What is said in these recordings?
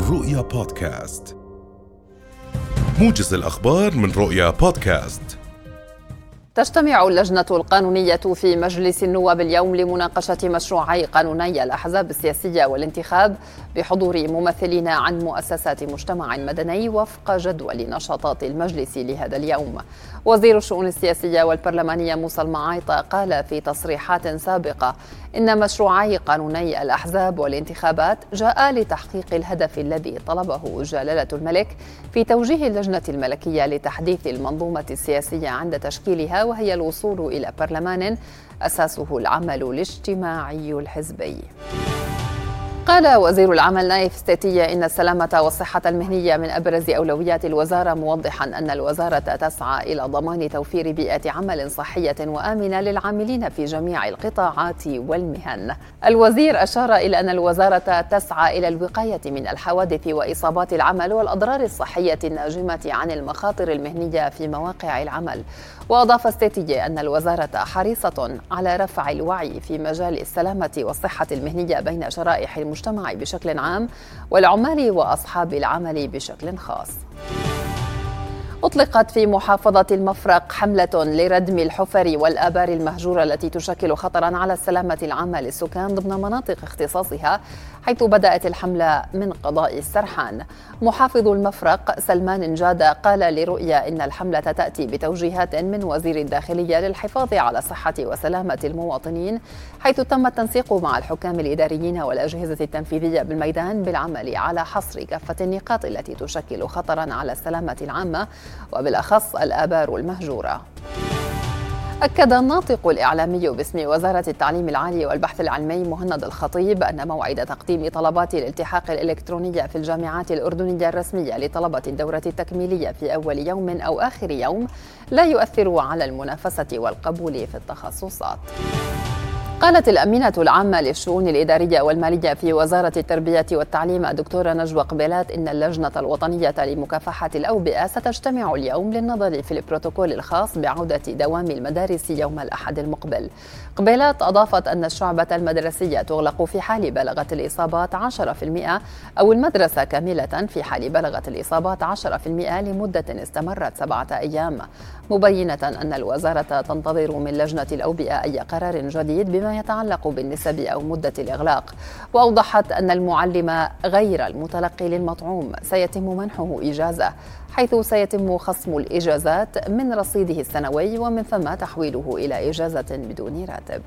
رؤيا بودكاست، موجز الأخبار من رؤيا بودكاست. تجتمع اللجنة القانونية في مجلس النواب اليوم لمناقشة مشروعي قانوني الأحزاب السياسية والانتخاب بحضور ممثلين عن مؤسسات مجتمع مدني وفق جدول نشاطات المجلس لهذا اليوم. وزير الشؤون السياسية والبرلمانية موسى المعايطة قال في تصريحات سابقة إن مشروعي قانوني الأحزاب والانتخابات جاء لتحقيق الهدف الذي طلبه جلالة الملك في توجيه اللجنة الملكية لتحديث المنظومة السياسية عند تشكيلها، وهي الوصول إلى برلمان أساسه العمل الاجتماعي الحزبي. قال وزير العمل نايف ستيتية إن السلامة والصحة المهنية من أبرز أولويات الوزارة، موضحا أن الوزارة تسعى إلى ضمان توفير بيئة عمل صحية وآمنة للعاملين في جميع القطاعات والمهن. الوزير أشار إلى أن الوزارة تسعى إلى الوقاية من الحوادث وإصابات العمل والأضرار الصحية الناجمة عن المخاطر المهنية في مواقع العمل. وأضاف ستيتية أن الوزارة حريصة على رفع الوعي في مجال السلامة والصحة المهنية بين شرائح المجتمع بشكل عام والعمال وأصحاب العمل بشكل خاص. أطلقت في محافظة المفرق حملة لردم الحفر والآبار المهجورة التي تشكل خطرا على السلامة العامة للسكان ضمن مناطق اختصاصها، حيث بدأت الحملة من قضاء السرحان. محافظ المفرق سلمان نجادة قال لرؤيا إن الحملة تأتي بتوجيهات من وزير الداخلية للحفاظ على صحة وسلامة المواطنين، حيث تم التنسيق مع الحكام الإداريين والأجهزة التنفيذية بالميدان بالعمل على حصر كافة النقاط التي تشكل خطرا على السلامة العامة وبالأخص الآبار المهجورة. أكد الناطق الإعلامي باسم وزارة التعليم العالي والبحث العلمي مهند الخطيب أن موعد تقديم طلبات الالتحاق الإلكترونية في الجامعات الأردنية الرسمية لطلبة الدورة التكميلية في أول يوم أو آخر يوم لا يؤثر على المنافسة والقبول في التخصصات. قالت الأمينة العامة للشؤون الإدارية والمالية في وزارة التربية والتعليم الدكتورة نجوى قبيلات إن اللجنة الوطنية لمكافحة الأوبئة ستجتمع اليوم للنظر في البروتوكول الخاص بعودة دوام المدارس يوم الأحد المقبل. قبيلات أضافت أن الشعبة المدرسية تغلق في حال بلغت الإصابات 10% أو المدرسة كاملة في حال بلغت الإصابات 10% لمدة استمرت 7 أيام، مبينة أن الوزارة تنتظر من لجنة الأوبئة أي قرار جديد بما يتعلق بالنسب أو مدة الإغلاق. وأوضحت أن المعلم غير المتلقي للمطعوم سيتم منحه إجازة، حيث سيتم خصم الإجازات من رصيده السنوي ومن ثم تحويله إلى إجازة بدون راتب.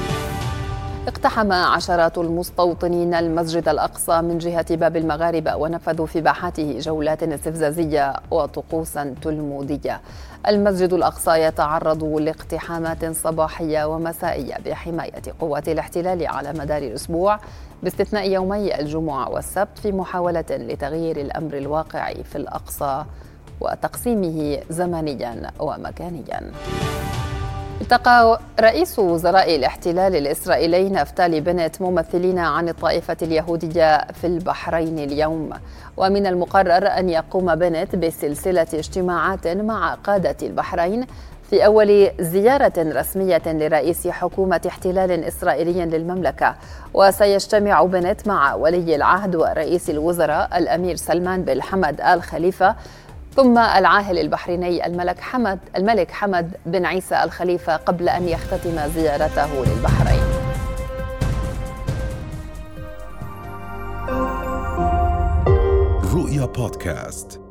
اقتحم عشرات المستوطنين المسجد الأقصى من جهة باب المغاربة ونفذوا في باحاته جولات استفزازية وطقوسا تلمودية. المسجد الأقصى يتعرض لاقتحامات صباحية ومسائية بحماية قوات الاحتلال على مدار الأسبوع، باستثناء يومي الجمعة والسبت، في محاولة لتغيير الأمر الواقع في الأقصى وتقسيمه زمنيا ومكانيا. التقى رئيس وزراء الاحتلال الإسرائيلي نفتالي بنت ممثلين عن الطائفة اليهودية في البحرين اليوم، ومن المقرر أن يقوم بنت بسلسلة اجتماعات مع قادة البحرين في أول زيارة رسمية لرئيس حكومة احتلال إسرائيلي للمملكة. وسيجتمع بنت مع ولي العهد ورئيس الوزراء الأمير سلمان بن حمد آل خليفة، ثم العاهل البحريني الملك حمد بن عيسى الخليفة، قبل أن يختتم زيارته للبحرين. رؤيا بودكاست.